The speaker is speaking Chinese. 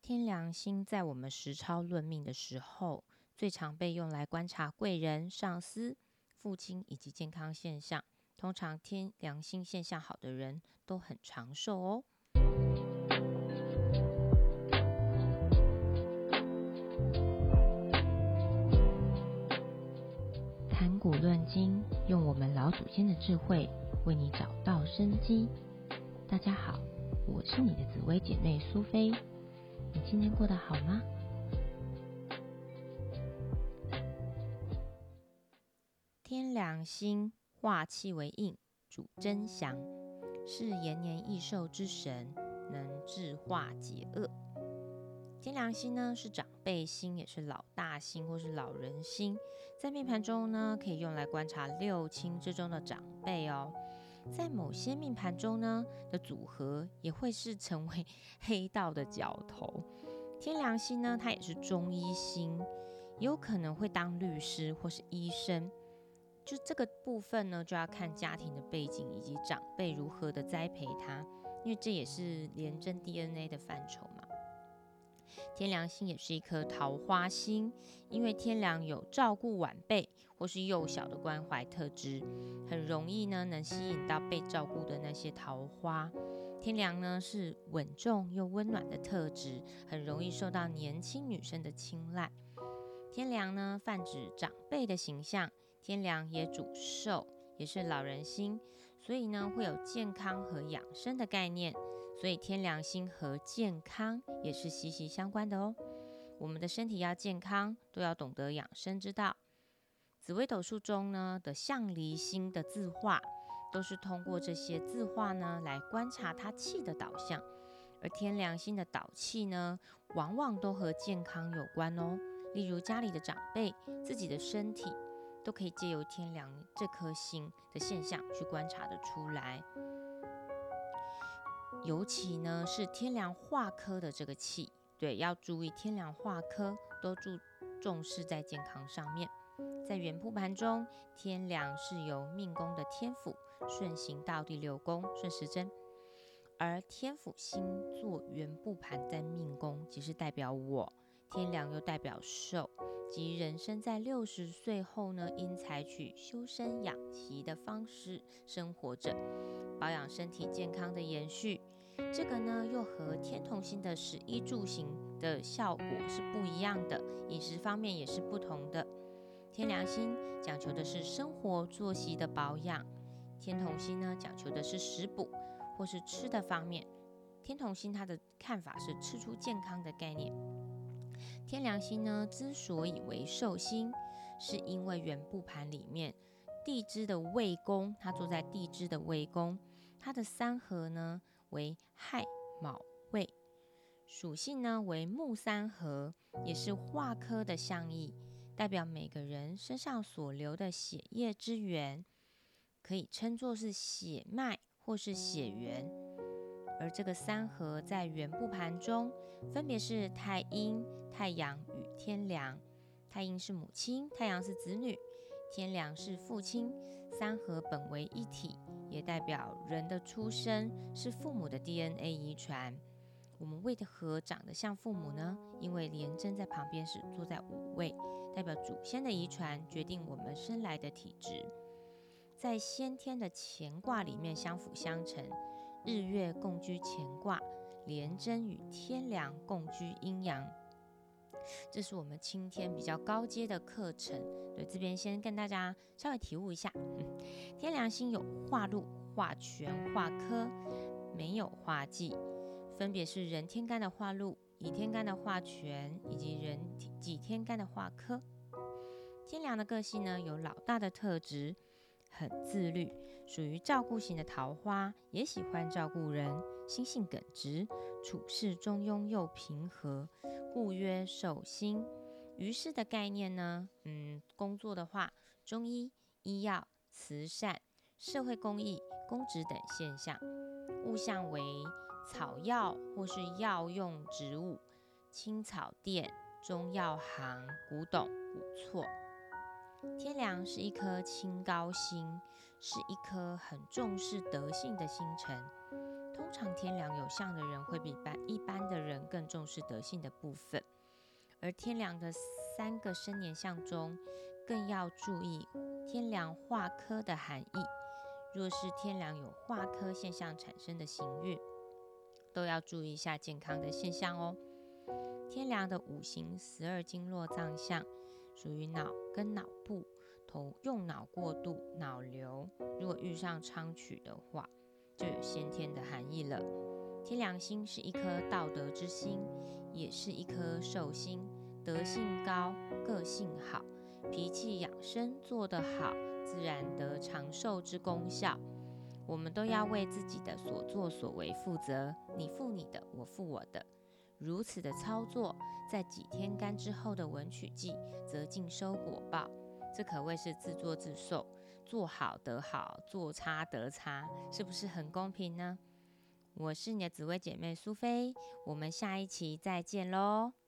天梁星在我们实操论命的时候，最常被用来观察贵人、上司、父亲以及健康现象。通常天梁星现象好的人都很长寿哦。谈古论今，用我们老祖先的智慧，为你找到生机。大家好，我是你的紫薇姐妹苏菲。你今天过得好吗？天梁星化气为印，主真祥，是延年益寿之神，能治化解厄。天梁星呢是长辈星，也是老大星或是老人星，在命盘中呢可以用来观察六亲之中的长辈哦。在某些命盘中呢的组合，也会是成为黑道的角头。天梁星呢，它也是中医星，也有可能会当律师或是医生。就这个部分呢，就要看家庭的背景以及长辈如何的栽培他，因为这也是廉贞 DNA 的范畴嘛。天梁星也是一颗桃花星，因为天梁有照顾晚辈或是幼小的关怀特质，很容易呢能吸引到被照顾的那些桃花。天梁呢是稳重又温暖的特质，很容易受到年轻女生的青睐。天梁呢泛指长辈的形象，天梁也主寿，也是老人星，所以呢会有健康和养生的概念，所以天梁星和健康也是息息相关的哦。我们的身体要健康，都要懂得养生之道。紫微斗数中呢的相离星的字画，都是通过这些字画呢来观察它气的导向，而天梁星的导气呢，往往都和健康有关哦。例如家里的长辈、自己的身体，都可以借由天梁这颗星的现象去观察得出来。尤其呢是天梁化科的这个气，对，要注意天梁化科都重视在健康上面。在原铺盘中，天梁是由命宫的天府顺行到第6宫顺时针，而天府星座原铺盘在命宫，即是代表我，天梁又代表寿，即人生在60岁后呢，应采取修身养息的方式生活着，保养身体健康的延续。这个呢，又和天同星的食衣住行的效果是不一样的，饮食方面也是不同的。天梁星讲求的是生活作息的保养，天同星呢讲求的是食补或是吃的方面。天同星他的看法是吃出健康的概念。天梁星呢之所以为寿星，是因为原部盘里面地支的未宫，它坐在地支的未宫，它的三合呢为亥卯未，属性呢为木三合，也是化科的象意，代表每个人身上所流的血液之源，可以称作是血脉或是血源。而这个三合在原部盘中，分别是太阴、太阳与天梁。太阴是母亲，太阳是子女，天梁是父亲。三合本为一体，也代表人的出生是父母的 DNA 遗传。我们为何长得像父母呢？因为廉贞在旁边是坐在5位，代表祖先的遗传决定我们生来的体质。在先天的乾卦里面相辅相成，日月共居乾卦，廉贞与天梁共居阴阳。这是我们今天比较高阶的课程，对，这边先跟大家稍微体悟一下。天梁星有化禄、化权、化科，没有化忌，分别是人天干的化禄、乙天干的化权以及己天干的化科。天梁的个性呢，有老大的特质，很自律，属于照顾型的桃花，也喜欢照顾人，心性耿直，处事中庸又平和，故曰寿星。于是的概念呢，工作的话，中医、医药、慈善、社会公益、公职等现象。物象为草药或是药用植物，青草店、中药行、古董、古厝。天梁是一颗清高星，是一颗很重视德性的星辰。 通常天梁有相的人会比一般的人更重视德性的部分，而天梁的3个生年相中，更要注意天梁化科的含义。若是天梁有化科现象产生的行运，都要注意一下健康的现象哦。天梁的五行12经络脏象属于脑跟脑部，用脑过度、脑瘤，如果遇上昌曲的话，就有先天的含义了。天梁星是一颗道德之星，也是一颗寿星，德性高，个性好，脾气养生做得好，自然得长寿之功效。我们都要为自己的所作所为负责，你负你的，我负我的。如此的操作，在几天干之后的文曲季，则尽收果报。这可谓是自作自受，做好得好，做差得差，是不是很公平呢？我是你的紫薇姐妹苏菲，我们下一期再见喽。